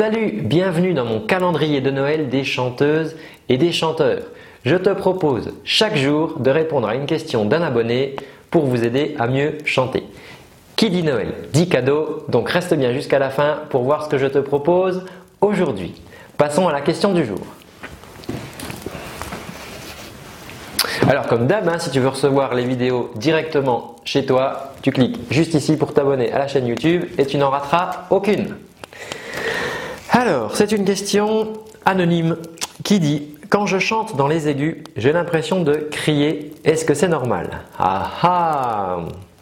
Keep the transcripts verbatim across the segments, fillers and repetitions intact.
Salut, bienvenue dans mon calendrier de Noël des chanteuses et des chanteurs. Je te propose chaque jour de répondre à une question d'un abonné pour vous aider à mieux chanter. Qui dit Noël dit cadeau, donc reste bien jusqu'à la fin pour voir ce que je te propose aujourd'hui. Passons à la question du jour. Alors comme d'hab, hein, si tu veux recevoir les vidéos directement chez toi, tu cliques juste ici pour t'abonner à la chaîne YouTube et tu n'en rateras aucune. Alors, c'est une question anonyme qui dit « Quand je chante dans les aigus, j'ai l'impression de crier, est-ce que c'est normal ?» Ah ah!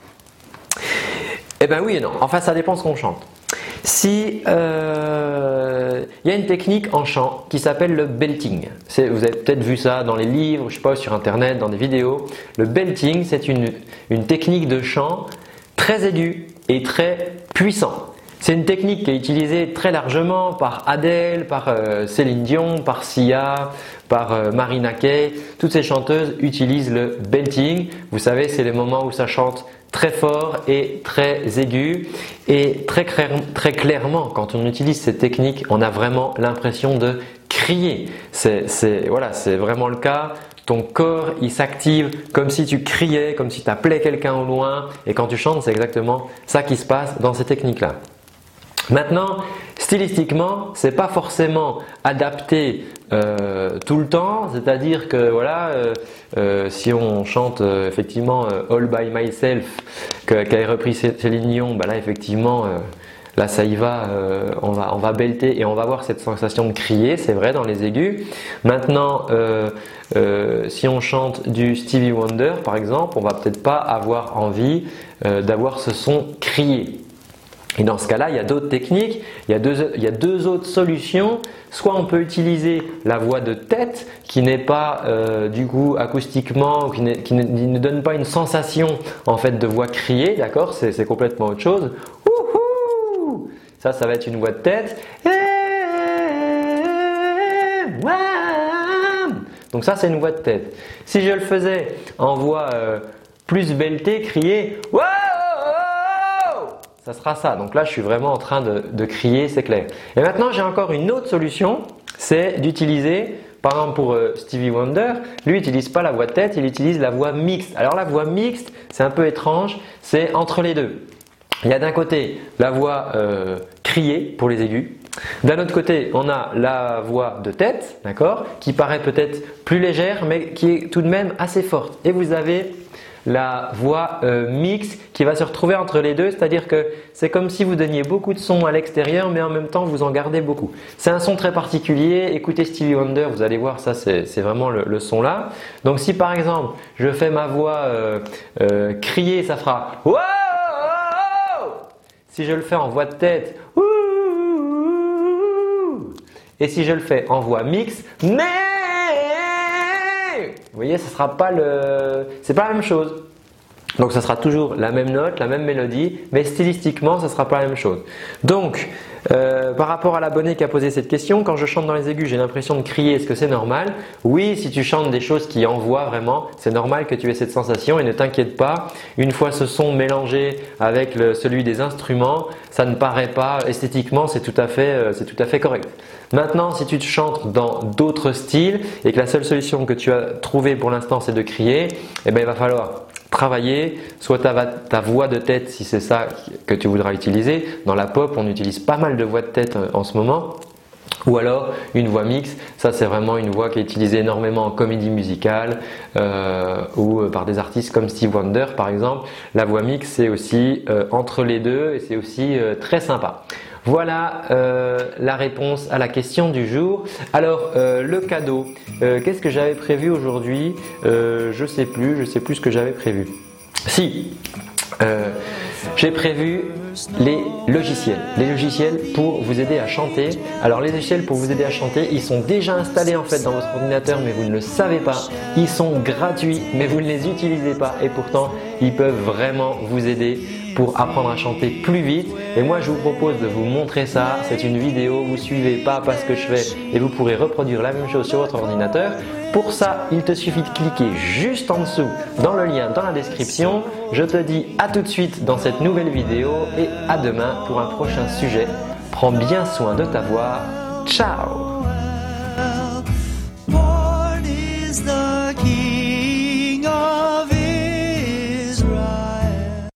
Eh bien oui et non, enfin ça dépend ce qu'on chante. Si euh, il y a une technique en chant qui s'appelle le belting. C'est, vous avez peut-être vu ça dans les livres, je sais pas, sur internet, dans des vidéos. Le belting, c'est une, une technique de chant très aiguë et très puissant. C'est une technique qui est utilisée très largement par Adele, par euh, Céline Dion, par Sia, par euh, Marina Kaye. Toutes ces chanteuses utilisent le belting. Vous savez, c'est les moments où ça chante très fort et très aigu. Et très, très clairement, quand on utilise cette technique, on a vraiment l'impression de crier. C'est, c'est, voilà, c'est vraiment le cas. Ton corps, il s'active comme si tu criais, comme si tu appelais quelqu'un au loin. Et quand tu chantes, c'est exactement ça qui se passe dans ces techniques-là. Maintenant, stylistiquement, c'est pas forcément adapté euh, tout le temps, c'est-à-dire que voilà, euh, euh, si on chante euh, effectivement euh, All by Myself, qu'a repris Céline Dion, bah là effectivement, euh, là ça y va, euh, on va, on va belter et on va avoir cette sensation de crier, c'est vrai dans les aigus. Maintenant, euh, euh, si on chante du Stevie Wonder par exemple, on va peut-être pas avoir envie euh, d'avoir ce son crié. Et dans ce cas-là, il y a d'autres techniques, il y a deux, il y a deux autres solutions. Soit on peut utiliser la voix de tête qui n'est pas euh, du coup acoustiquement, qui, qui ne, ne donne pas une sensation en fait de voix criée, d'accord, c'est, c'est complètement autre chose. Ouhou, ça, ça va être une voix de tête. Donc ça, c'est une voix de tête. Si je le faisais en voix euh, plus beltée, criée, wow, ça sera ça. Donc là, je suis vraiment en train de, de crier, c'est clair. Et maintenant, j'ai encore une autre solution, c'est d'utiliser, par exemple pour euh, Stevie Wonder, lui, il n'utilise pas la voix de tête, il utilise la voix mixte. Alors la voix mixte, c'est un peu étrange, c'est entre les deux. Il y a d'un côté la voix euh, criée pour les aigus. D'un autre côté, on a la voix de tête, d'accord, qui paraît peut-être plus légère, mais qui est tout de même assez forte. Et vous avez la voix euh, mixte qui va se retrouver entre les deux, c'est-à-dire que c'est comme si vous donniez beaucoup de sons à l'extérieur mais en même temps vous en gardez beaucoup. C'est un son très particulier, écoutez Stevie Wonder, vous allez voir, ça c'est, c'est vraiment le, le son là. Donc si par exemple je fais ma voix euh, euh, crier, ça fera wow! Si je le fais en voix de tête, ouh! Et si je le fais en voix mixte, mais vous voyez, ce sera pas le, c'est pas la même chose. Donc, ça sera toujours la même note, la même mélodie, mais stylistiquement, ça sera pas la même chose. Donc, euh, par rapport à l'abonné qui a posé cette question, quand je chante dans les aigus, j'ai l'impression de crier. Est-ce que c'est normal? Oui, si tu chantes des choses qui envoient vraiment, c'est normal que tu aies cette sensation et ne t'inquiète pas. Une fois ce son mélangé avec le, celui des instruments, ça ne paraît pas esthétiquement, c'est tout à fait, euh, c'est tout à fait correct. Maintenant, si tu te chantes dans d'autres styles et que la seule solution que tu as trouvée pour l'instant c'est de crier, eh ben, il va falloir travailler soit ta, ta voix de tête si c'est ça que tu voudras utiliser. Dans la pop, on utilise pas mal de voix de tête en ce moment. Ou alors une voix mixte, ça c'est vraiment une voix qui est utilisée énormément en comédie musicale euh, ou par des artistes comme Stevie Wonder par exemple. La voix mixte c'est aussi euh, entre les deux et c'est aussi euh, très sympa. Voilà euh, la réponse à la question du jour. Alors euh, le cadeau, euh, qu'est-ce que j'avais prévu aujourd'hui? euh, Je sais plus, je sais plus ce que j'avais prévu. Si, euh, j'ai prévu les logiciels, les logiciels pour vous aider à chanter. Alors les logiciels pour vous aider à chanter, ils sont déjà installés en fait dans votre ordinateur, mais vous ne le savez pas. Ils sont gratuits, mais vous ne les utilisez pas et pourtant ils peuvent vraiment vous aider pour apprendre à chanter plus vite. Et moi je vous propose de vous montrer ça. C'est une vidéo, vous suivez pas à pas ce que je fais et vous pourrez reproduire la même chose sur votre ordinateur. Pour ça, il te suffit de cliquer juste en dessous dans le lien dans la description. Je te dis à tout de suite dans cette nouvelle vidéo et à demain pour un prochain sujet Prends bien soin de ta voix. Ciao! Born is the